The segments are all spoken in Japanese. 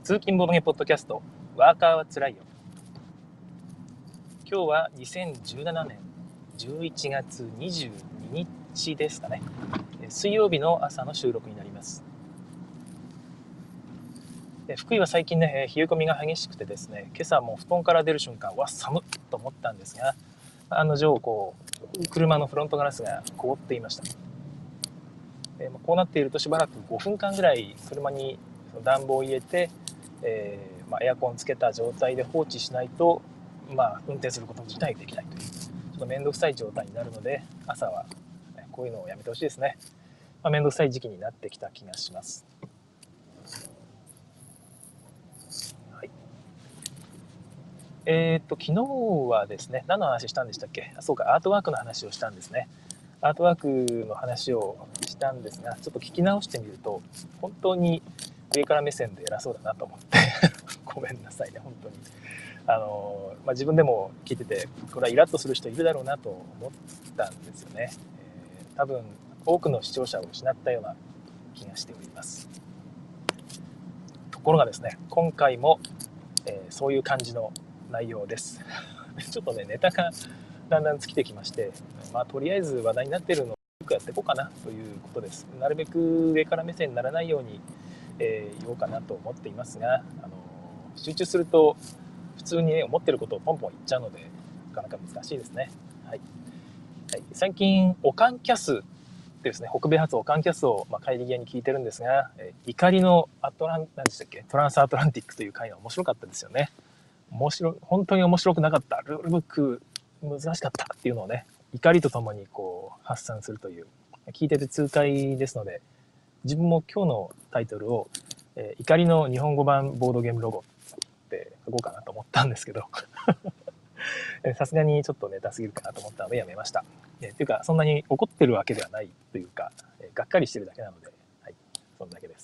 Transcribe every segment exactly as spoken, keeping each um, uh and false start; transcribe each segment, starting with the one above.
通勤ボードゲームポッドキャスト、ワーカーはつらいよ。今日はにせんじゅうななねんじゅういちがつにじゅうににちですかね。水曜日の朝の収録になります。福井は最近ね、冷え込みが激しくてですね、今朝も布団から出る瞬間、わっ寒っと思ったんですが、案の定こう車のフロントガラスが凍っていました。こうなっているとしばらくごふんかんぐらい車に暖房を入れて、えーまあ、エアコンつけた状態で放置しないと、まあ、運転すること自体できないというちょっと面倒くさい状態になるので、朝はこういうのをやめてほしいですね。まあ、面倒くさい時期になってきた気がします。はい、えー、っと昨日はですね、何の話したんでしたっけ。あ、そうか、アートワークの話をしたんですね。アートワークの話をしたんですが、ちょっと聞き直してみると本当に上から目線で偉そうだなと思ってごめんなさいね、本当に。あの、まあ、自分でも聞いてて、これはイラッとする人いるだろうなと思ったんですよね。えー、多分多くの視聴者を失ったような気がしております。ところがですね、今回も、えー、そういう感じの内容です。ちょっとね、ネタがだんだん尽きてきまして、まあ、とりあえず話題になっているのをよくやっていこうかなということです。なるべく上から目線にならないように、えー、言おうかなと思っていますが、あの集中すると普通に、ね、思っていることをポンポン言っちゃうので、なかなか難しいですね。はい。はい、最近オカンキャスですね、北米発オカンキャスを、まあ、帰り際に聞いてるんですが、えー、怒りのアトラン何でしたっけトランスアトランティックという回が面白かったですよね。面白い、本当に面白くなかった、ルールブック難しかったっていうのをね、怒りとともにこう発散するという、聞いてて痛快ですので、自分も今日のタイトルを、えー、怒りの日本語版ボードゲームロゴって書こうかなと思ったんですけどさすがにちょっとネタすぎるかなと思ったのでやめました。えー、っていうかそんなに怒ってるわけではないというか、えー、がっかりしてるだけなので、はい、そんだけです。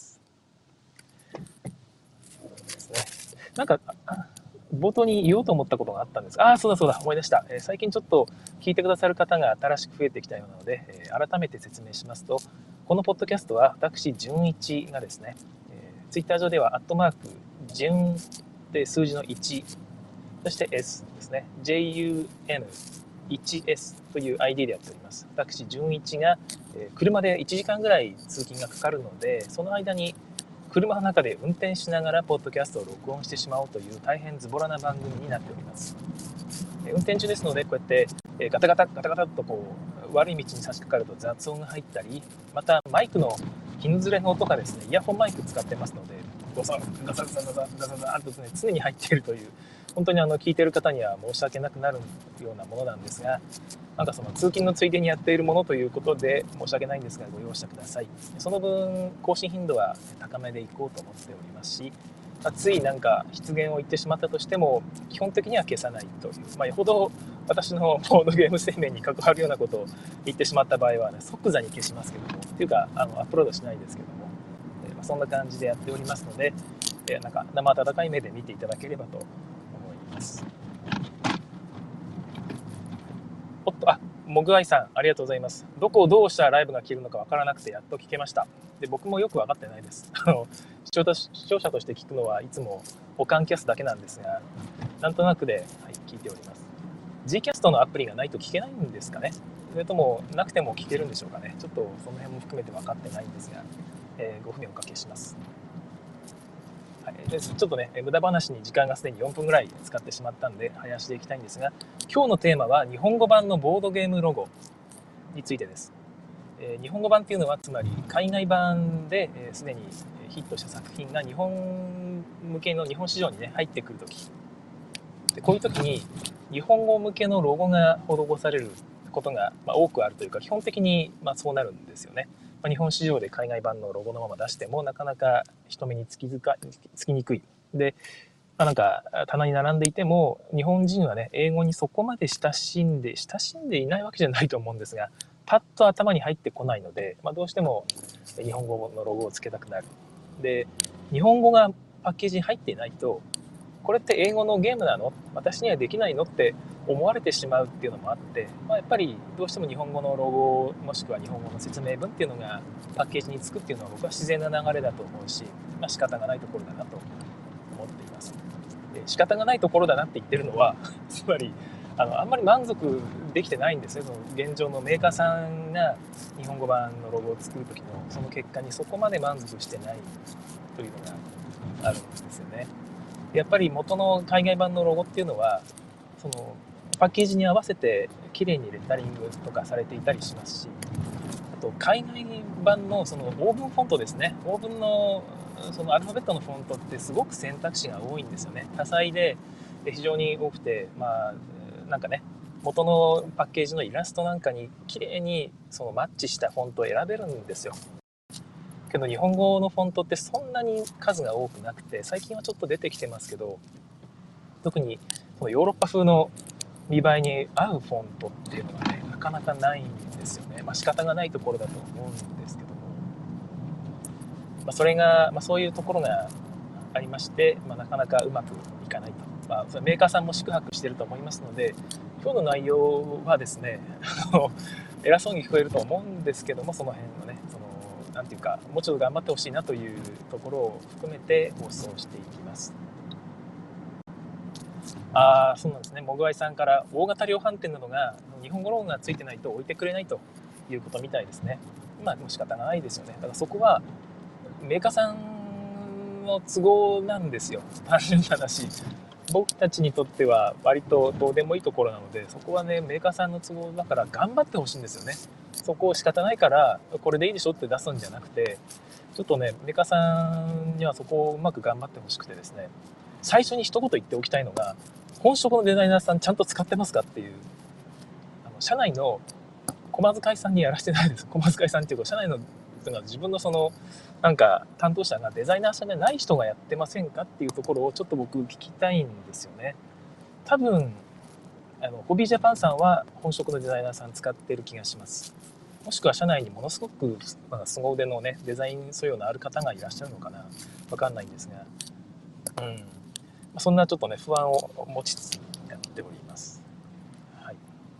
ですね。なんか冒頭に言おうと思ったことがあったんです。ああ、そうだそうだ、思い出した。えー、最近ちょっと聞いてくださる方が新しく増えてきたようなので、えー、改めて説明しますと、このポッドキャストは私、純一がですね、えー、ツイッター上では、アットマーク、純で数字のいち、そして S ですね、ジェイユーエヌワンエス という アイディー でやっております。私、純一が、えー、車でいちじかんぐらい通勤がかかるので、その間に車の中で運転しながらポッドキャストを録音してしまおうという大変ズボラな番組になっております。運転中ですので、こうやってガタガタガタガタとこう悪い道に差し掛かると雑音が入ったり、またマイクの絹ずれの音がですね、イヤホンマイク使ってますので、ゴソンガサガサガサガサガサとですね、常に入っているという、本当にあの聞いている方には申し訳なくなるようなものなんですが、なんかその通勤のついでにやっているものということで申し訳ないんですがご容赦ください。その分更新頻度は高めでいこうと思っておりますし、ついなんか失言を言ってしまったとしても基本的には消さないという、まあ、よほど私のボードゲーム生命に関わるようなことを言ってしまった場合は、ね、即座に消しますけども、っていうかあのアップロードしないですけども、えー、そんな感じでやっておりますので、えー、なんか生温かい目で見ていただければと思います。おっと、あ、モグアイさんありがとうございます。どこをどうしたらライブが切るのかわからなくてやっと聞けました。で、僕もよく分かってないです。あの視聴者、視聴者として聞くのはいつもオカンキャスだけなんですが、なんとなくで、はい、聞いております。G キャストのアプリがないと聞けないんですかね。それともなくても聞けるんでしょうかね。ちょっとその辺も含めて分かってないんですが、えー、ご不明おかけします。はい、でちょっとね、無駄話に時間がすでによんぷんぐらい使ってしまったんで早足でいきたいんですが、今日のテーマは日本語版のボードゲームロゴについてです。えー、日本語版っていうのはつまり海外版ですで、えー、にヒットした作品が日本向けの日本市場にね入ってくるとき、でこういう時に日本語向けのロゴが施されることが多くあるというか、基本的にまあそうなるんですよね。まあ、日本市場で海外版のロゴのまま出してもなかなか人目につきづかつきにくいで、まあ、なんか棚に並んでいても日本人はね英語にそこまで親しんで親しんでいないわけじゃないと思うんですが、パッと頭に入ってこないので、まあ、どうしても日本語のロゴをつけたくなる。で、日本語がパッケージに入っていないと、これって英語のゲームなの？私にはできないの？って思われてしまうっていうのもあって、まあ、やっぱりどうしても日本語のロゴもしくは日本語の説明文っていうのがパッケージにつくっていうのは僕は自然な流れだと思うし、まあ、仕方がないところだなと思っています。で仕方がないところだなって言ってるのはつまりあのあんまり満足できてないんですね。その現状のメーカーさんが日本語版のロゴを作る時のその結果にそこまで満足してないというのがあるんですよね。やっぱり元の海外版のロゴっていうのはそのパッケージに合わせて綺麗にレタリングとかされていたりしますし、あと海外版のそのオーブンフォントですね。オーブンのそのアルファベットのフォントってすごく選択肢が多いんですよね。多彩で非常に多くて、まあなんかね、元のパッケージのイラストなんかに綺麗にそのマッチしたフォントを選べるんですよ。けど日本語のフォントってそんなに数が多くなくて、最近はちょっと出てきてますけど、特にそのヨーロッパ風の見栄えに合うフォントっていうのがね、なかなかないんですよね。まあ仕方がないところだと思うんですけども、まあ、それが、まあ、そういうところがありまして、まあ、なかなかうまくいかないと。まあ、それメーカーさんも四苦八苦していると思いますので、今日の内容はですね偉そうに聞こえると思うんですけども、その辺のね、そのなんていうか、もうちょっと頑張ってほしいなというところを含めて放送していきます。ああ、そうなんですね。モグワイさんから大型量販店などが日本語ロゴがついてないと置いてくれないということみたいですね。まあでも仕方がないですよね。だからそこはメーカーさんの都合なんですよ。単純な話。僕たちにとっては割とどうでもいいところなので、そこはね、メーカーさんの都合だから頑張ってほしいんですよね。そこを仕方ないからこれでいいでしょって出すんじゃなくて、ちょっとね、メーカーさんにはそこをうまく頑張ってほしくてですね、最初に一言言っておきたいのが、本職のデザイナーさんちゃんと使ってますかっていう、あの社内の駒遣いさんにやらせてないです。駒遣いさんっていうか、社内の自分のそのなんか担当者がデザイナーさんじゃない人がやってませんかっていうところをちょっと僕聞きたいんですよね。多分あのホビージャパンさんは本職のデザイナーさん使ってる気がします。もしくは社内にものすごく凄腕のねデザイン素養のある方がいらっしゃるのかな、わかんないんですが、うん、そんなちょっとね不安を持ちつつやっております。はい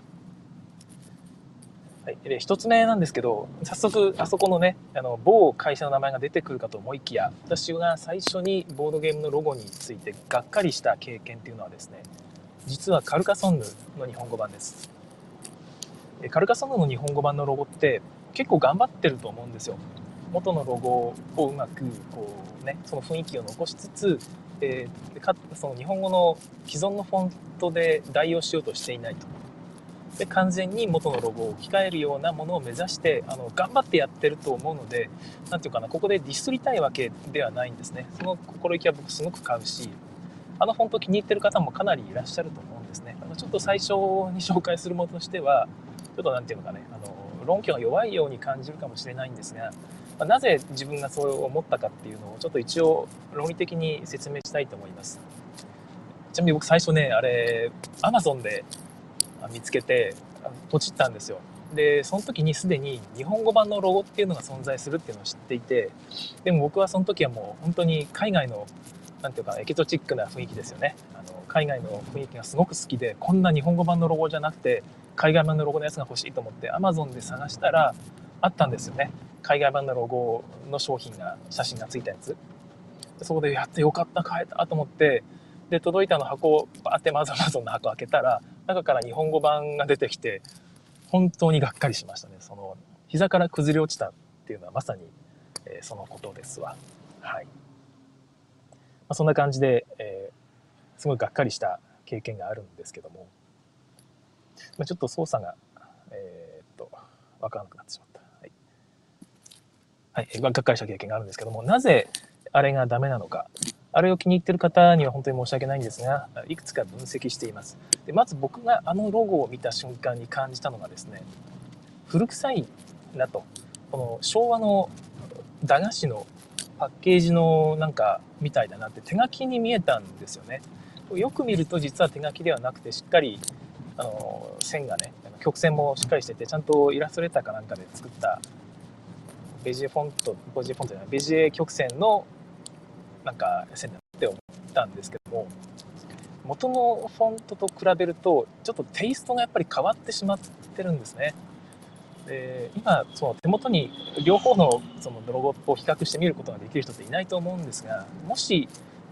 はい、で一つ目なんですけど、早速あそこのねあの某会社の名前が出てくるかと思いきや、私が最初にボードゲームのロゴについてがっかりした経験っていうのはですね、実はカルカソンヌの日本語版です。カルカソンヌの日本語版のロゴって結構頑張ってると思うんですよ。元のロゴをうまくこう、ね、その雰囲気を残しつつ、えー、かその日本語の既存のフォントで代用しようとしていないと。で完全に元のロゴを置き換えるようなものを目指してあの頑張ってやってると思うので、なんていうかな、ここでディスりたいわけではないんですね。その心意気は僕すごく買うし、あのフォント気に入ってる方もかなりいらっしゃると思うんですね。ちょっと最初に紹介するものとしてはちょっとなんていうのかね、あの論拠が弱いように感じるかもしれないんですが、まあ、なぜ自分がそう思ったかっていうのをちょっと一応論理的に説明したいと思います。ちなみに僕最初ね、あれ Amazon で見つけてポチったんですよ。でその時にすでに日本語版のロゴっていうのが存在するっていうのを知っていて、でも僕はその時はもう本当に海外のなんていうかエキゾチックな雰囲気ですよね。あの海外の雰囲気がすごく好きで、こんな日本語版のロゴじゃなくて海外版のロゴのやつが欲しいと思って Amazon で探したらあったんですよね。海外版のロゴの商品が写真がついたやつで、そこでやってよかった買えたと思って、で届いたの箱をバーってまず Amazon の箱開けたら中から日本語版が出てきて本当にがっかりしましたね。その膝から崩れ落ちたっていうのはまさに、えー、そのことですわ。はい、まあ、そんな感じで、えー、すごいがっかりした経験があるんですけども、まあ、ちょっと操作がえー、っと分からなくなってしまった。はい、はい、がっかりした経験があるんですけども、なぜあれがダメなのか、あれを気に入っている方には本当に申し訳ないんですが、いくつか分析しています。でまず僕があのロゴを見た瞬間に感じたのがですね、古臭いなと。この昭和の駄菓子のパッケージのなんかみたいだなって手書きに見えたんですよね。よく見ると実は手書きではなくて、しっかりあの線がね、曲線もしっかりしてて、ちゃんとイラストレーターかなんかで作ったベジエフォント、ベジエフォントじゃない、ベジエ曲線のなんか線だって思ったんですけども、元のフォントと比べるとちょっとテイストがやっぱり変わってしまってるんですね。で今その手元に両方のそのロゴを比較して見ることができる人っていないと思うんですが、もし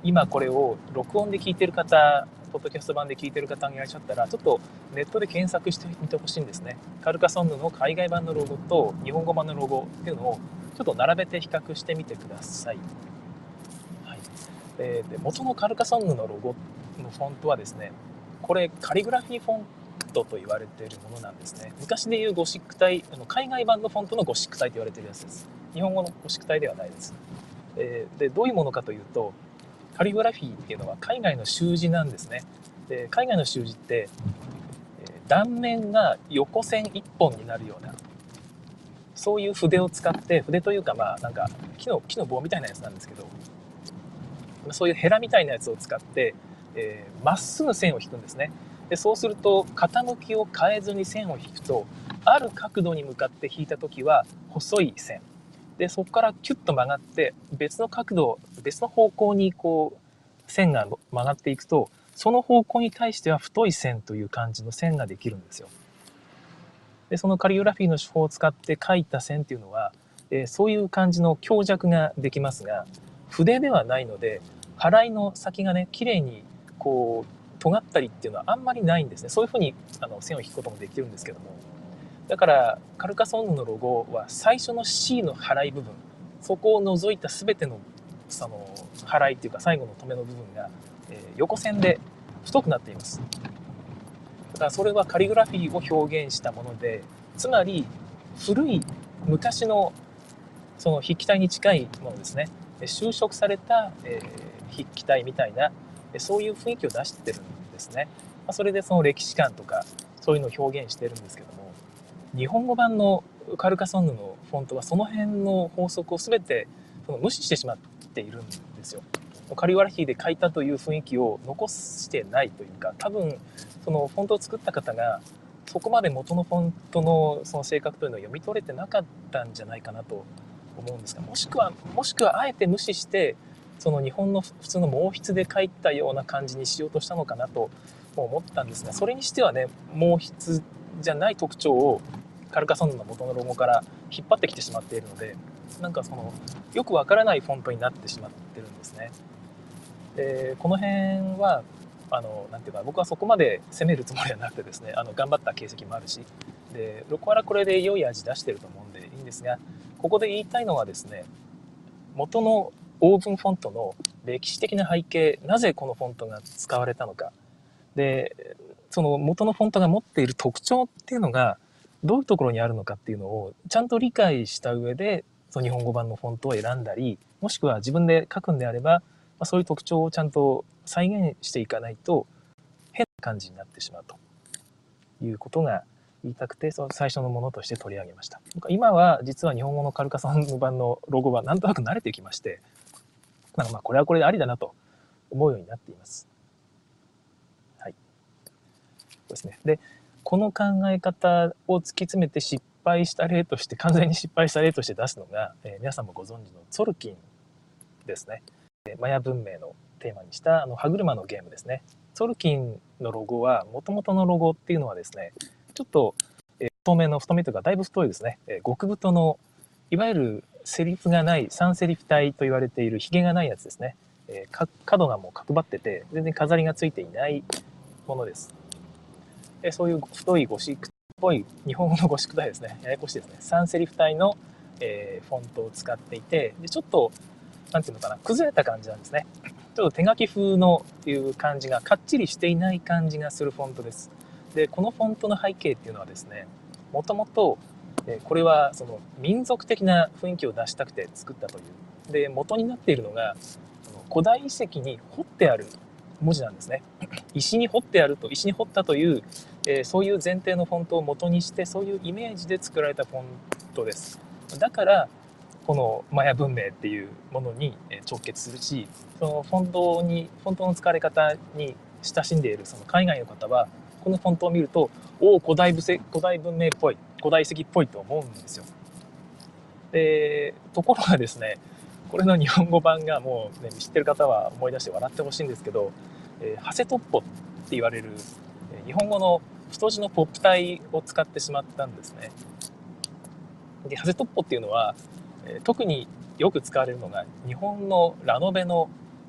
今これを録音で聞いてる方、ポッドキャスト版で聞いてる方がいらっしゃったら、ちょっとネットで検索してみてほしいんですね。カルカソンヌの海外版のロゴと日本語版のロゴっていうのをちょっと並べて比較してみてください。はい、で元のカルカソンヌのロゴのフォントはですね、これカリグラフィーフォントと言われているものなんですね。昔でいうゴシック体、海外版のフォントのゴシック体と言われているやつです。日本語のゴシック体ではないです。でどういうものかというと、カリグラフィーっていうのは海外の習字なんですね。で海外の習字って断面が横線一本になるような、そういう筆を使って、筆というかまあなんか木の木の棒みたいなやつなんですけど、そういうヘラみたいなやつを使ってま、えー、っすぐ線を引くんですね。でそうすると傾きを変えずに線を引くと、ある角度に向かって引いた時は細い線で、そこからキュッと曲がって別の角度、別の方向にこう線が曲がっていくと、その方向に対しては太い線という感じの線ができるんですよ。でそのカリグラフィーの手法を使って描いた線っていうのは、えー、そういう感じの強弱ができますが、筆ではないので払いの先がね綺麗にこう尖ったりっていうのはあんまりないんですね。そういうふうにあの線を引くこともできるんですけども、だからカルカソンヌのロゴは最初の C の払い部分、そこを除いた全てのその払いっていうか最後の止めの部分が、えー、横線で太くなっています。だからそれはカリグラフィーを表現したもので、つまり古い昔のその筆記体に近いものですね。修飾された、えー、筆記体みたいな、そういう雰囲気を出してるんですね。それでその歴史観とかそういうのを表現してるんですけども、日本語版のカルカソンヌのフォントはその辺の法則を全てその無視してしまっているんですよ。カリグラフィーで書いたという雰囲気を残してないというか、多分そのフォントを作った方がそこまで元のフォントのその性格というのを読み取れてなかったんじゃないかなと思うんですが、もしくはもしくはあえて無視してその日本の普通の毛筆で書いたような感じにしようとしたのかなと思ったんですが、それにしてはね、毛筆じゃない特徴をカルカソンヌの元のロゴから引っ張ってきてしまっているので、なんかそのよくわからないフォントになってしまってるんですね。でこの辺はあのなんていうか、僕はそこまで攻めるつもりはなくてですね、あの頑張った形跡もあるし、でロコはこれで良い味出してると思うんでいいんですが、ここで言いたいのはですね、元のオーブンフォントの歴史的な背景、なぜこのフォントが使われたのか、でその元のフォントが持っている特徴っていうのがどういうところにあるのかっていうのをちゃんと理解した上で、その日本語版のフォントを選んだり、もしくは自分で書くんであれば、まあ、そういう特徴をちゃんと再現していかないと変な感じになってしまうということが言いたくて、その最初のものとして取り上げました。今は実は日本語のカルカソンヌ版のロゴはなんとなく慣れてきまして、なんかまあこれはこれでありだなと思うようになっています。はい。そうですね。で、この考え方を突き詰めて失敗した例として、完全に失敗した例として出すのが、えー、皆さんもご存知のツォルキンですね。マヤ文明のテーマにしたあの歯車のゲームですね。ツォルキンのロゴは、もともとのロゴっていうのはですね、ちょっと、えー、太めの、太めというかだいぶ太いですね、えー、極太のいわゆるセリフがない三セリフ体と言われているヒゲがないやつですね。えー、角がもう角張ってて全然飾りがついていないものです。でそういう太いゴシックっぽい日本語のゴシック体ですね、ややこしいですね、三セリフ体の、えー、フォントを使っていて、でちょっとなんていうのかな、崩れた感じなんですね。ちょっと手書き風のいう感じがかっちりしていない感じがするフォントです。でこのフォントの背景っていうのはですね、もともとこれはその民族的な雰囲気を出したくて作ったという。で元になっているのが古代遺跡に彫ってある文字なんですね。石に彫ってあると、石に彫ったという、えー、そういう前提のフォントを元にして、そういうイメージで作られたフォントです。だからこのマヤ文明っていうものに直結するし、そのフォントにフォントの使われ方に親しんでいるその海外の方はこのフォントを見ると、おお古代古代文明っぽい、古代遺跡っぽいと思うんですよ。でところがですね、これの日本語版がもう、ね、知ってる方は思い出して笑ってほしいんですけど、えー、ハセトッポって言われる、えー、日本語の太字のポップ体を使ってしまったんですね。でハセトッポっていうのは、えー、特によく使われるのが日本のラノベの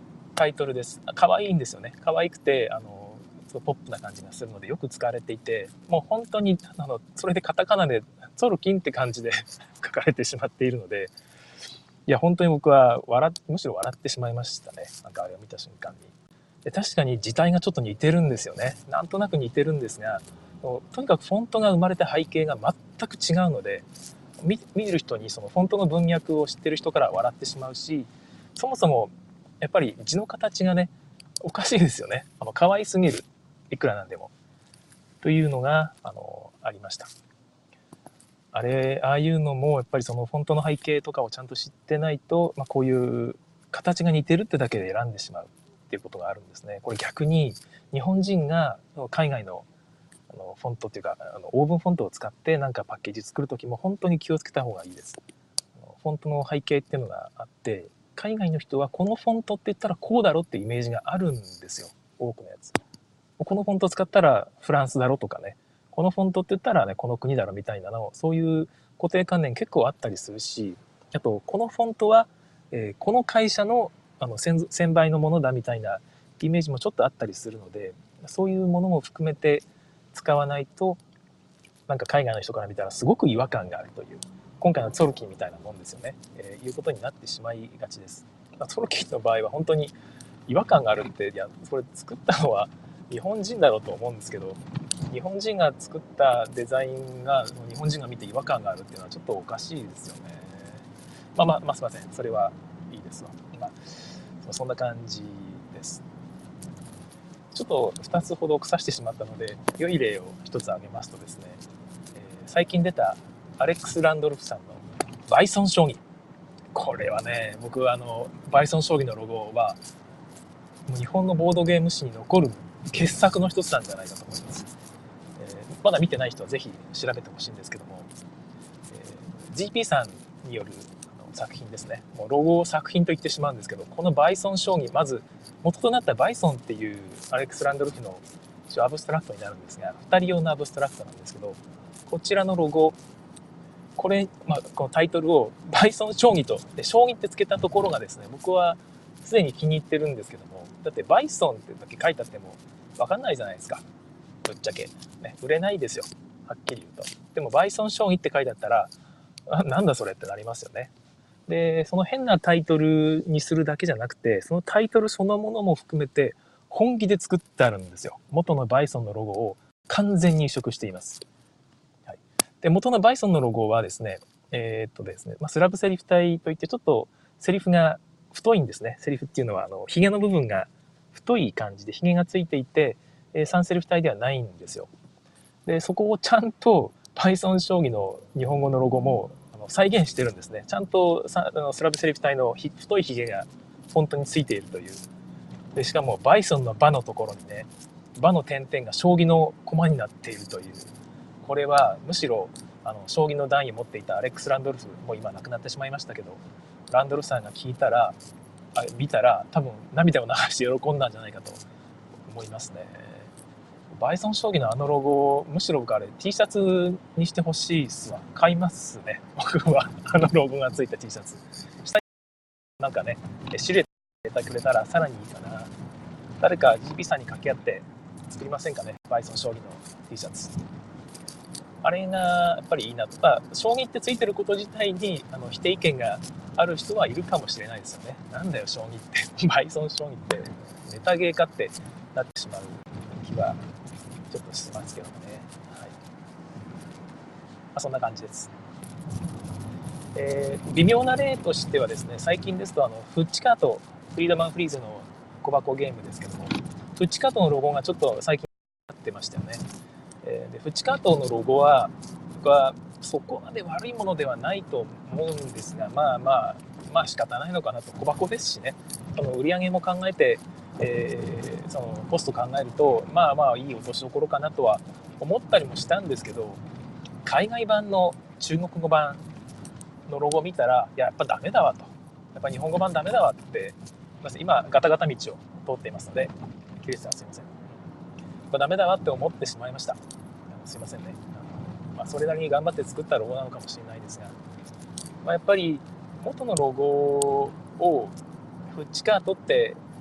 タイトルです。可愛いんですよね。可愛くてあのポップな感じがするのでよく使われていて、もう本当にあのそれでカタカナでツォルキンって感じで書かれてしまっているので、いや本当に僕は笑むしろ笑ってしまいましたね。なんかあれを見た瞬間に。で確かに字体がちょっと似てるんですよね。なんとなく似てるんですが、とにかくフォントが生まれた背景が全く違うので、見見る人にそのフォントの文脈を知ってる人から笑ってしまうし、そもそもやっぱり字の形がねおかしいですよね。あの可愛すぎる、いくらなんでもというのがあのありました。あれああいうのもやっぱりそのフォントの背景とかをちゃんと知ってないと、まあ、こういう形が似てるってだけで選んでしまうっていうことがあるんですね。これ逆に日本人が海外のあのフォントっていうかあのオーブンフォントを使ってなんかパッケージ作る時も本当に気をつけた方がいいです。フォントの背景っていうのがあって、海外の人はこのフォントって言ったらこうだろってイメージがあるんですよ、多くのやつ。このフォント使ったらフランスだろとかね、このフォントって言ったらねこの国だろみたいなの、そういう固定観念結構あったりするし、あとこのフォントは、えー、この会社のあの専売のものだみたいなイメージもちょっとあったりするので、そういうものも含めて使わないとなんか海外の人から見たらすごく違和感があるという、今回のツォルキンみたいなもんですよね、えー、いうことになってしまいがちです。ツォルキンの場合は本当に違和感があるって、いやそれ作ったのは日本人だろうと思うんですけど、日本人が作ったデザインが日本人が見て違和感があるっていうのはちょっとおかしいですよね。まあまあ、まあ、すいません、それはいいですわ。まあ、そんな感じです。ちょっとふたつほど腐してしまったので良い例をひとつ挙げますとですね、えー、最近出たアレックス・ランドルフさんのバイソン将棋、これはね、僕はあのバイソン将棋のロゴはもう日本のボードゲーム史に残る傑作の一つなんじゃないかと思います。えー、まだ見てない人はぜひ調べてほしいんですけども、えー、ジーピー さんによる作品ですね。もうロゴを作品と言ってしまうんですけど、このバイソン将棋、まず元となったバイソンっていうアレックス・ランドルフの一応アブストラクトになるんですが、ふたり用のアブストラクトなんですけど、こちらのロゴ、これ、まあ、このタイトルをバイソン将棋とで将棋ってつけたところがですね、僕はすでに気に入ってるんですけども、だってバイソンってだけ書いてあっても分かんないじゃないですか、ぶっちゃけ、ね、売れないですよ、はっきり言うと。でもバイソン将棋って書いてあったら、なんだそれってなりますよね。でその変なタイトルにするだけじゃなくて、そのタイトルそのものも含めて本気で作ってあるんですよ。元のバイソンのロゴを完全に移植しています。はい、で元のバイソンのロゴはですね、えー、っとですね、まあ、スラブセリフ体といってちょっとセリフが太いんですね。セリフっていうのはあのヒゲの部分が太い感じでヒゲがついていて、えー、サンセリフ体ではないんですよ。でそこをちゃんとバイソン将棋の日本語のロゴも再現してるんですね。ちゃんとスラブセリフ体の太いヒゲがフォントについているという。でしかもバイソンのバのところにね、バの点々が将棋の駒になっているという。これはむしろあの将棋の段位を持っていたアレックス・ランドルフ、もう今亡くなってしまいましたけど、ランドルフさんが聞いたらあ見たら多分涙を流して喜んだんじゃないかと思いますね。バイソン将棋のあのロゴ、むしろ僕あれ T シャツにしてほしいっすわ。買いますね、僕は。あのロゴがついた T シャツ。下になんかね、シルエット入れてくれたらさらにいいかな。誰か ジーピー さんに掛け合って作りませんかね、バイソン将棋の T シャツ。あれがやっぱりいいなとか、将棋ってついてること自体にあの否定意見がある人はいるかもしれないですよね。なんだよ将棋って、バイソン将棋ってネタゲーかってなってしまう気はちょっとしますけどね。はい、まあ、そんな感じです。えー、微妙な例としてはですね、最近ですとあのフッチカート、フリーダマン・フリーズの小箱ゲームですけども、フッチカートのロゴがちょっと最近なってましたよね。えー、でフッチカートのロゴは僕はそこまで悪いものではないと思うんですが、まあまあまあ仕方ないのかなと。小箱ですしね、その売り上げも考えて、えー、そのコスト考えるとまあまあいい落としどころかなとは思ったりもしたんですけど、海外版の中国語版のロゴを見たら、いややっぱダメだわと、やっぱ日本語版ダメだわって、今ガタガタ道を通っていますので、キリスさんすいません、やっぱダメだわって思ってしまいました。すいませんね。まあ、それなりに頑張って作ったロゴなのかもしれないですが、まあ、やっぱり元のロゴをフッチカートって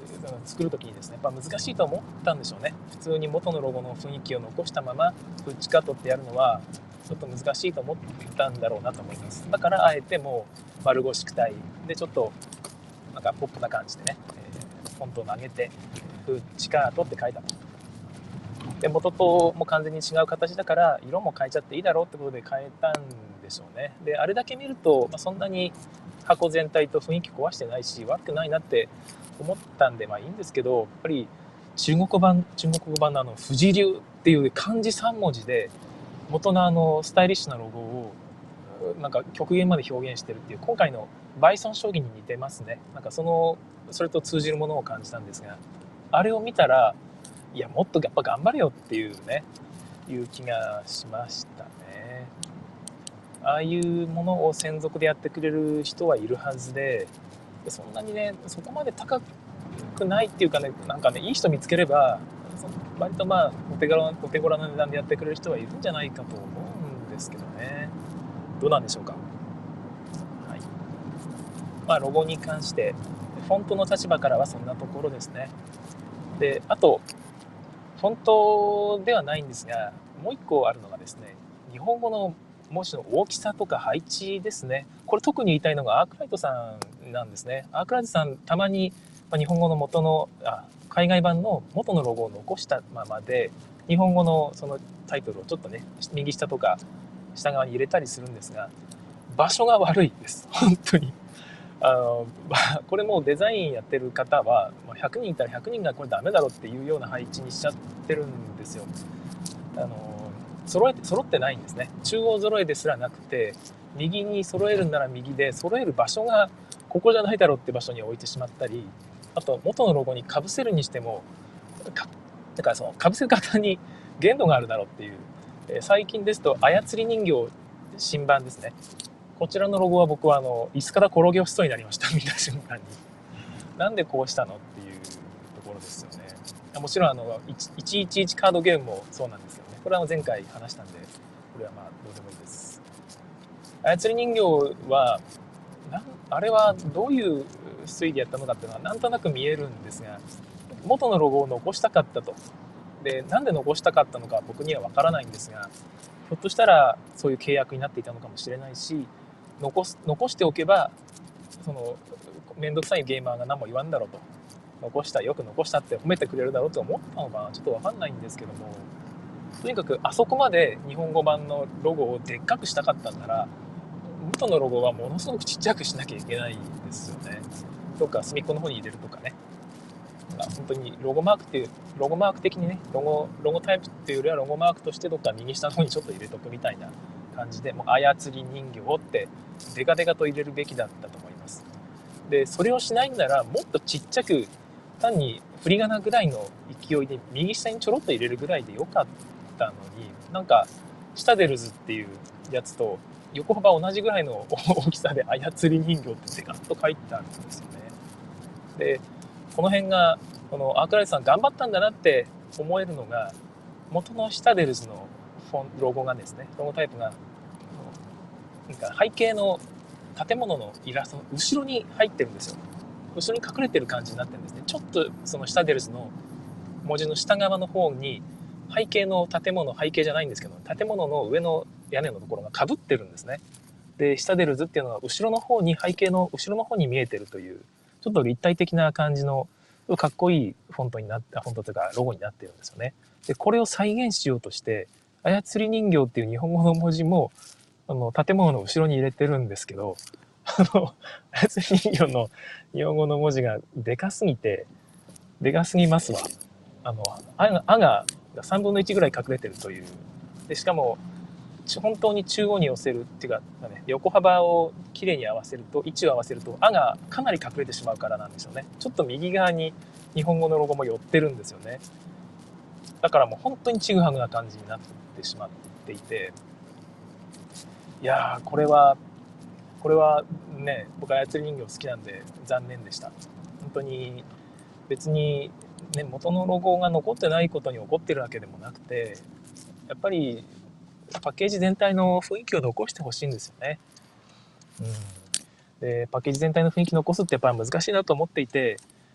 作る時にですね、やっぱ難しいと思ったんでしょうね。普通に元のロゴの雰囲気を残したままプッチカットってやるのはちょっと難しいと思ったんだろうなと思います。だからあえてもう丸腰躯体でちょっとなんかポップな感じでね、えー、フォントを上げてプッチカートって書いたと。で元とも完全に違う形だから色も変えちゃっていいだろうってことで変えたんでしょうね。であれだけ見ると、まあ、そんなに箱全体と雰囲気壊してないし悪くないなって思ったんでまあいいんですけど、やっぱり中国版中国語版のあの富士流っていう漢字さん文字で元のあのスタイリッシュなロゴをなんか極限まで表現してるっていう今回のバイソン将棋に似てますね。なんかそのそれと通じるものを感じたんですが、あれを見たらいやもっとやっぱ頑張れよっていうねいう気がしましたね。ああいうものを専属でやってくれる人はいるはずで、そんなにねそこまで高くないっていうかね、なんかねいい人見つければ割とまあお手頃お手頃な値段でやってくれる人はいるんじゃないかと思うんですけどね。どうなんでしょうか。はい、まあロゴに関してフォントの立場からはそんなところですね。であとフォントではないんですが、もう一個あるのがですね、日本語の文字の大きさとか配置ですね。これ特に言いたいのがアークライトさんなんですね。アークライトさんたまに日本語の元のあ海外版の元のロゴを残したままで日本語のそのタイトルをちょっとね右下とか下側に入れたりするんですが、場所が悪いです本当に。あのこれもうデザインやってる方はひゃくにんいたらひゃくにんがこれダメだろっていうような配置にしちゃってるんですよ。あの揃えて揃ってないんですね。中央揃えですらなくて、右に揃えるなら右で揃える場所がここじゃないだろうって場所に置いてしまったり、あと元のロゴにかぶせるにしてもかだからそのかぶせ方に限度があるだろうっていう、えー、最近ですと操り人形新版ですね。こちらのロゴは僕はあの椅子から転げ落ちそうになりました。見た瞬間になんでこうしたのっていうところですよね。もちろんあのいちいちいちカードゲームもそうなんですよね。これは前回話したんでこれはまあどうでもいいです。操り人形はなんあれはどういう推理でやったのかっていうのはなんとなく見えるんですが、元のロゴを残したかったと。でなんで残したかったのかは僕には分からないんですが、ひょっとしたらそういう契約になっていたのかもしれないし、残す残しておけばその面倒くさいゲーマーが何も言わんだろうと、残したよく残したって褒めてくれるだろうと思ったのかな、ちょっと分かんないんですけども、とにかくあそこまで日本語版のロゴをでっかくしたかったんなら元のロゴはものすごくちっちゃくしなきゃいけないですよね。どっか隅っこの方に入れるとかね。本当にロゴマークっていうロゴマーク的にね、ロゴロゴタイプっていうよりはロゴマークとしてどっか右下の方にちょっと入れとくみたいな感じで、もう操り人形ってデカデカと入れるべきだったと思います。でそれをしないんならもっとちっちゃく単に振り仮名ぐらいの勢いで右下にちょろっと入れるぐらいでよかったのに、なんかシタデルズっていうやつと横幅同じぐらいの大きさで操り人形ってデカッと書いてあるんですよね。でこの辺がこのアークライトさん頑張ったんだなって思えるのが、元のシタデルズのフォンロゴがですね、ロゴタイプがなんか背景の建物のイラストの後ろに入ってるんですよ。後ろに隠れてる感じになってるんですね。ちょっとそのシタデルズの文字の下側の方に背景の建物、背景じゃないんですけど建物の上の屋根のところがかぶってるんですね。でシタデルズっていうのは後ろの方に背景の後ろの方に見えてるというちょっと立体的な感じのかっこいいフォントになってフォントというかロゴになってるんですよね。でこれを再現しようとして操り人形っていう日本語の文字もあの建物の後ろに入れてるんですけど、あの操り人形の日本語の文字がでかすぎてでかすぎますわ。あのあが「あ」がさんぶんのいちぐらい隠れてるという。でしかも本当に中央に寄せるっていうか、ね、横幅をきれいに合わせると位置を合わせると「あ」がかなり隠れてしまうからなんでしょうね。ちょっと右側に日本語のロゴも寄ってるんですよね。だからもう本当にちぐはぐな感じになってしまっていて、いやーこれはこれはね、僕は操り人形好きなんで残念でした。本当に別に、ね、元のロゴが残ってないことに怒ってるわけでもなくて、やっぱりパッケージ全体の雰囲気を残してほしいんですよね。うん、でパッケージ全体の雰囲気残すってやっぱり難しいなと思っていて、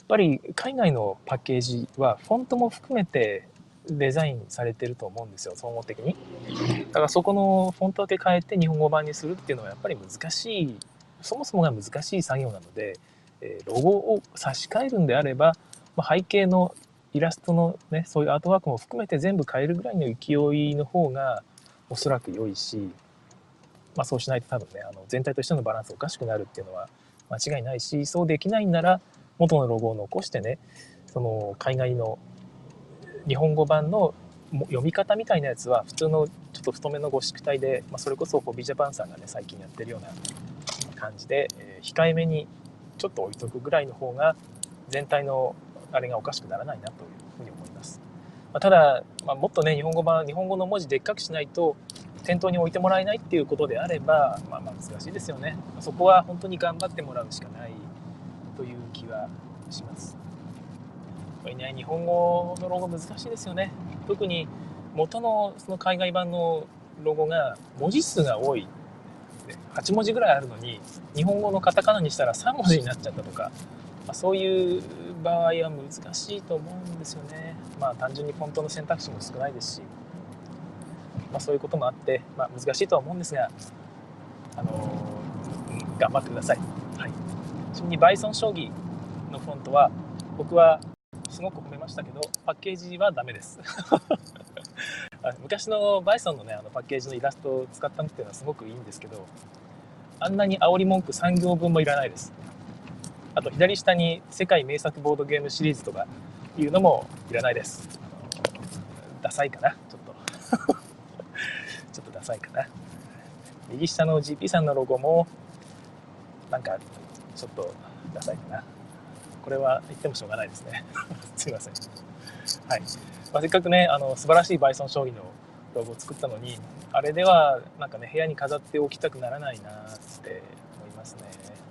ぱり海外のパッケージはフォントも含めてデザインされてると思うんですよ、総合的に。だからそこのフォントだけ変えて日本語版にするっていうのはやっぱり難しい、そもそもが難しい作業なので、えーロゴを差し替えるんであれば、まあ、背景のイラストのね、そういうアートワークも含めて全部変えるぐらいの勢いの方がおそらく良いし、まあ、そうしないと多分ね、あの全体としてのバランスおかしくなるっていうのは間違いないし、そうできないんなら元のロゴを残してね、その海外の日本語版の読み方みたいなやつは普通のちょっと太めのゴシック体で、まあ、それこそホビージャパンさんがね最近やってるような感じで、えー控えめにちょっと置いとくぐらいの方が全体のあれがおかしくならないなというふうに思います。まあ、ただ、まあ、もっとね日本語版日本語の文字でっかくしないと店頭に置いてもらえないっていうことであれば、まあ、まあ難しいですよね。そこは本当に頑張ってもらうしかないという気はします。やっぱりね、日本語のロゴ難しいですよね。特に元のその海外版のロゴが文字数が多い、はちもじぐらいあるのに日本語のカタカナにしたらさんもじになっちゃったとか、まあ、そういう場合は難しいと思うんですよね。まあ単純にフォントの選択肢も少ないですし、まあ、そういうこともあって、まあ、難しいとは思うんですが、あのー頑張ってください。はい、ちなみにバイソン将棋のフォントは僕はすごく褒めましたけど、パッケージはダメです昔のバイソンのね、あのパッケージのイラストを使ったのっていうのはすごくいいんですけど、あんなに煽り文句さん行分もいらないです。あと左下に世界名作ボードゲームシリーズとかいうのもいらないです。ダサいかな、ちょっとちょっとダサいかな。右下の ジーピー さんのロゴもなんかちょっとダサいかな。これは言ってもしょうがないですねすいません。はい、まあ、せっかくね、あの素晴らしいバイソン将棋のロゴを作ったのに、あれではなんかね部屋に飾っておきたくならないなって思いますね。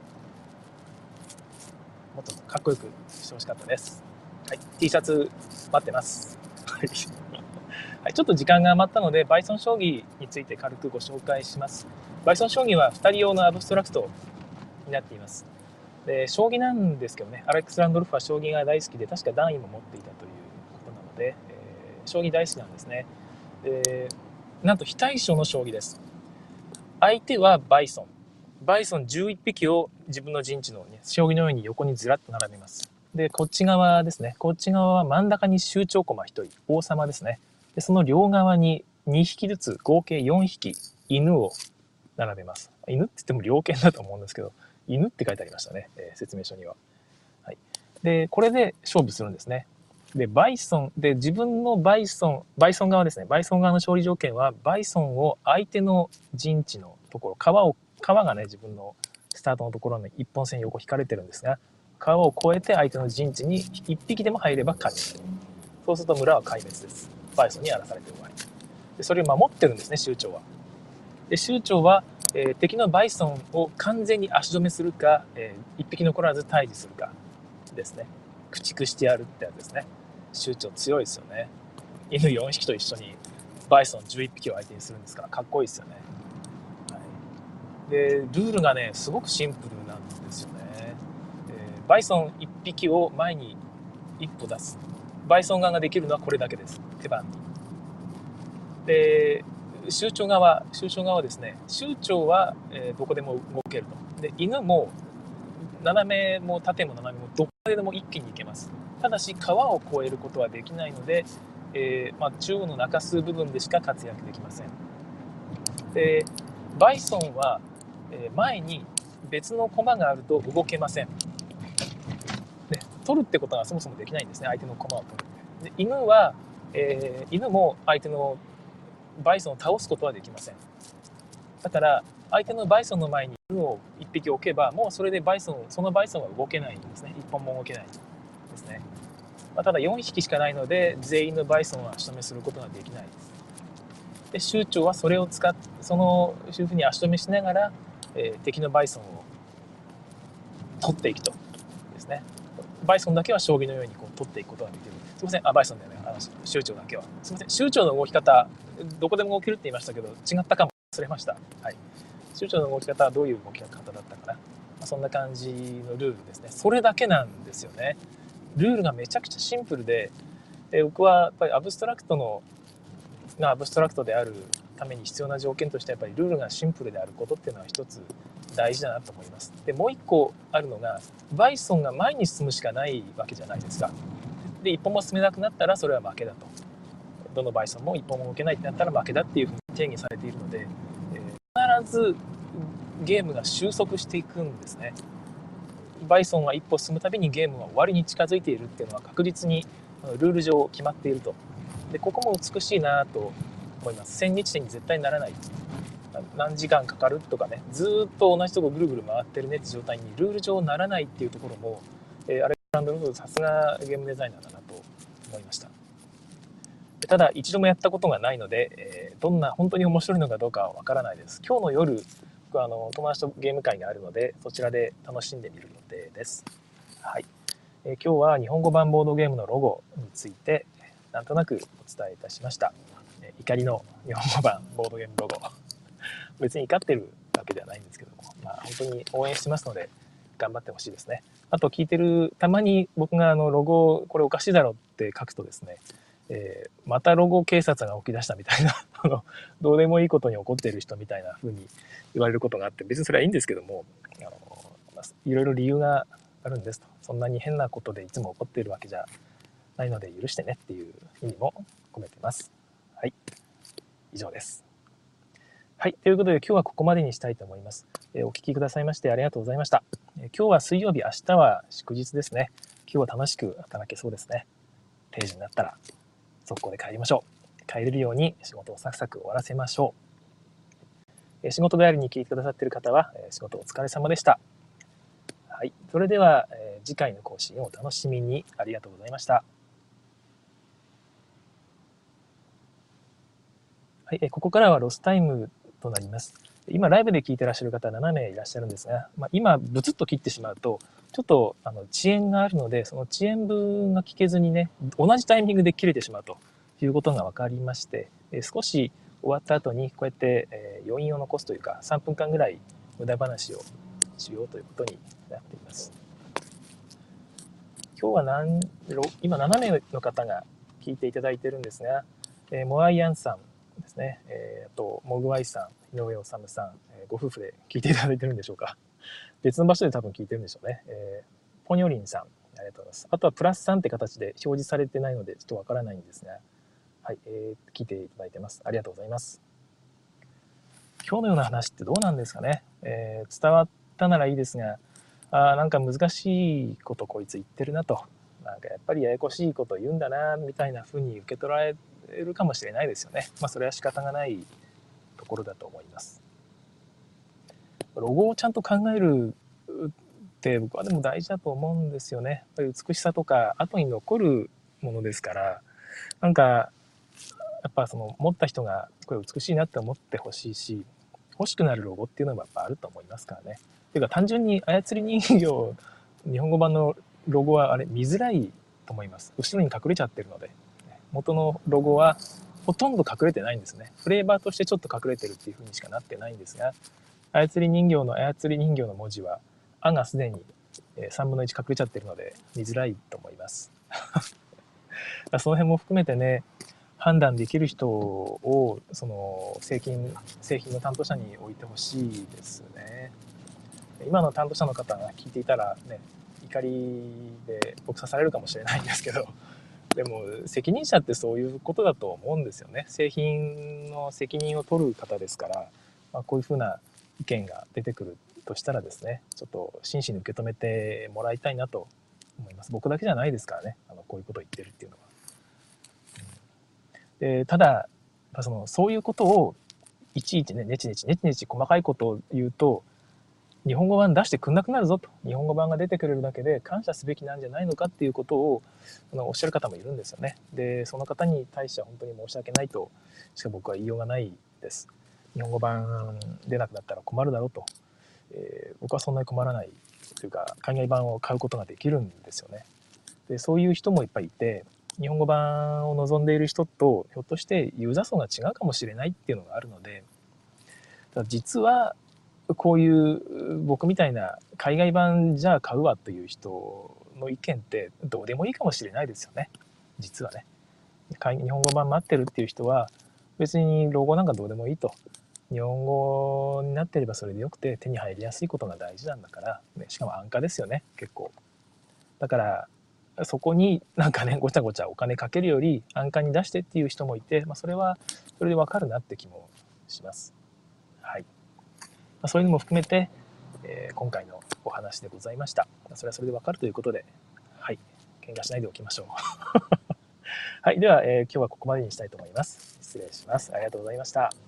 もっとかっこよくしてほしかったです。はい、T シャツ待ってますはいはい、ちょっと時間が余ったのでバイソン将棋について軽くご紹介します。バイソン将棋はふたり用のアブストラクトになっています。で将棋なんですけどね、アレックス・ランドルフは将棋が大好きで確か段位も持っていたということなので、えー、将棋大好きなんですね。でなんと非対称の将棋です。相手はバイソンバイソンじゅういっぴきを自分の陣地の、ね、将棋のように横にずらっと並べます。でこっち側ですね、こっち側は真ん中に集長駒ひとり、王様ですね。でその両側ににひきずつ合計よんひき犬を並べます。犬って言っても猟犬だと思うんですけど、犬って書いてありましたね、えー、説明書には。はい、でこれで勝負するんですね。でバイソンで自分のバイソンバイソン側ですね、バイソン側の勝利条件はバイソンを相手の陣地のところ、川を川がね自分のスタートのところに一本線横引かれてるんですが、川を越えて相手の陣地にいっぴきでも入れば勝ち。そうすると村は壊滅です。バイソンに荒らされて終わりで、それを守ってるんですね、州長は。で州長は、えー、敵のバイソンを完全に足止めするか、えー、一匹残らず退治するかですね。駆逐してやるってやつですね。州長強いですよね。犬よんひきと一緒にバイソンじゅういっぴきを相手にするんですからかっこいいですよね。はい、でルールがねすごくシンプルなんですよね。えー、バイソンいっぴきを前に一歩出す。バイソン側ができるのはこれだけです。手番に。で州長側州長側はですね、州長は、えー、どこでも動けると。で犬も斜めも縦も斜めもどこでも一気に行けます。ただし川を越えることはできないので、えーまあ、中央の中州部分でしか活躍できません。でバイソンは、えー、前に別の駒があると動けません。で取るってことはそもそもできないんですね、相手の駒を取る。で犬は、えー、犬も相手のバイソンを倒すことはできません。だから相手のバイソンの前に犬をいっぴき置けばもうそれでバイソンそのバイソンは動けないんですね。いっぽんも動けないですね。まあ、ただよんひきしかないので全員のバイソンは足止めすることができないです。で州長はそれを使ってそのそういうふうに足止めしながら、えー、敵のバイソンを取っていくとですね。バイソンだけは将棋のようにこう取っていくことができる。すみません、あバイソンだよね、あの州長だけは。すみません、州長の動き方どこでも動けるって言いましたけど違ったかも忘れました。はい。州長の動き方はどういう動き方だったかな。まあ、そんな感じのルールですね。それだけなんですよね。 ルールがめちゃくちゃシンプルで、え僕はやっぱりアブストラクトのがアブストラクトであるために必要な条件としてやっぱりルールがシンプルであることっていうのは一つ大事だなと思います。でもう一個あるのが、バイソンが前に進むしかないわけじゃないですか。で一歩も進めなくなったらそれは負けだと、どのバイソンも一歩も動けないってなったら負けだっていうふうに定義されているので、えー、必ずゲームが収束していくんですね。バイソンは一歩進むたびにゲームは終わりに近づいているっていうのは確実にルール上決まっていると。でここも美しいなと思います。千日手に絶対ならない、何時間かかるとかね、ずっと同じとこぐるぐる回ってるねって状態にルール上ならないっていうところも、えー、アレクサンドル・ロードさすがゲームデザイナーだなと思いました。ただ一度もやったことがないので、えー、どんな本当に面白いのかどうかはわからないです。今日の夜僕はあの友達とゲーム会があるのでそちらで楽しんでみる予定です。はい、えー、今日は日本語版ボードゲームのロゴについてなんとなくお伝えいたしました。怒りの日本語版ボードゲームロゴ別に怒ってるわけではないんですけども、まあ、本当に応援してますので頑張ってほしいですね。あと聞いてるたまに僕があのロゴこれおかしいだろって書くとですね、えー、またロゴ警察が起き出したみたいなあのどうでもいいことに怒っている人みたいな風に言われることがあって、別にそれはいいんですけども、あのいろいろ理由があるんですと。そんなに変なことでいつも怒っているわけじゃないので許してねっていう意味も込めてます。はい、以上です。はい、ということで今日はここまでにしたいと思います。えー、お聞きくださいましてありがとうございました。えー、今日は水曜日、明日は祝日ですね。今日は楽しく働けそうですね。定時になったら速攻で帰りましょう。帰れるように仕事をサクサク終わらせましょう。えー、仕事帰りに聞いてくださっている方は、えー、仕事お疲れ様でした。はい、それでは、えー、次回の更新をお楽しみに。ありがとうございました。はい、えー、ここからはロスタイムとなります。今ライブで聞いてらっしゃる方ななめいいらっしゃるんですが、まあ、今ブツッと切ってしまうとちょっとあの遅延があるので、その遅延分が聞けずにね、同じタイミングで切れてしまうということが分かりまして、少し終わった後にこうやって余韻を残すというかさんぷんかんぐらい無駄話をしようということになっています。今日は何今ななめいの方が聞いていただいているんですが、えー、モアイアンさんですね、えー、あとモグワイさん、井上治さん、えー、ご夫婦で聞いていただいてるんでしょうか。別の場所で多分聞いてるんでしょうね。えー、ポニョリンさん、ありがとうございます。あとはプラスさんって形で表示されてないのでちょっとわからないんですが、はい、えー、聞いていただいてます。ありがとうございます。今日のような話ってどうなんですかね。えー、伝わったならいいですが、あなんか難しいことこいつ言ってるなと、なんかやっぱりややこしいこと言うんだなみたいな風に受け取られるかもしれないですよね。まあそれは仕方がないところだと思います。ロゴをちゃんと考えるって僕はでも大事だと思うんですよね。やっぱり美しさとか後に残るものですから、なんかやっぱその持った人がこれ美しいなって思ってほしいし、欲しくなるロゴっていうのもやっぱあると思いますからね。ていうか単純に操り人形日本語版のロゴはあれ見づらいと思います。後ろに隠れちゃってるので、元のロゴはほとんど隠れてないんですね。フレーバーとしてちょっと隠れてるっていう風にしかなってないんですが、操り人形の操り人形の文字は「あ」がすでにさんぶんのいち隠れちゃってるので見づらいと思います。その辺も含めてね、判断できる人をその製品製品の担当者に置いてほしいですね。今の担当者の方が聞いていたらね、怒りで僕刺されるかもしれないんですけど、でも責任者ってそういうことだと思うんですよね。製品の責任を取る方ですから、まあ、こういうふうな意見が出てくるとしたらですね、ちょっと真摯に受け止めてもらいたいなと思います。僕だけじゃないですからね、あのこういうことを言ってるっていうのは。でただそのそういうことをいちいちね、ネチネチネチネチ細かいことを言うと、日本語版出してくんなくなるぞと、日本語版が出てくれるだけで感謝すべきなんじゃないのかっていうことをあのおっしゃる方もいるんですよね。でその方に対しては本当に申し訳ないとしか僕は言いようがないです。日本語版出なくなったら困るだろうと、えー、僕はそんなに困らないというか、海外版を買うことができるんですよね。でそういう人もいっぱいいて、日本語版を望んでいる人とひょっとしてユーザー層が違うかもしれないっていうのがあるので、実はこういう僕みたいな海外版じゃあ買うわという人の意見ってどうでもいいかもしれないですよね、実はね。日本語版待ってるっていう人は別に老後なんかどうでもいいと。日本語になってればそれでよくて、手に入りやすいことが大事なんだから、ね、しかも安価ですよね、結構。だからそこになんかねごちゃごちゃお金かけるより安価に出してっていう人もいて、まあ、それはそれでわかるなって気もします。はい。まあ、そういうのも含めて、えー今回のお話でございました。それはそれでわかるということで、はい、喧嘩しないでおきましょう。はい、では、えー今日はここまでにしたいと思います。失礼します。ありがとうございました。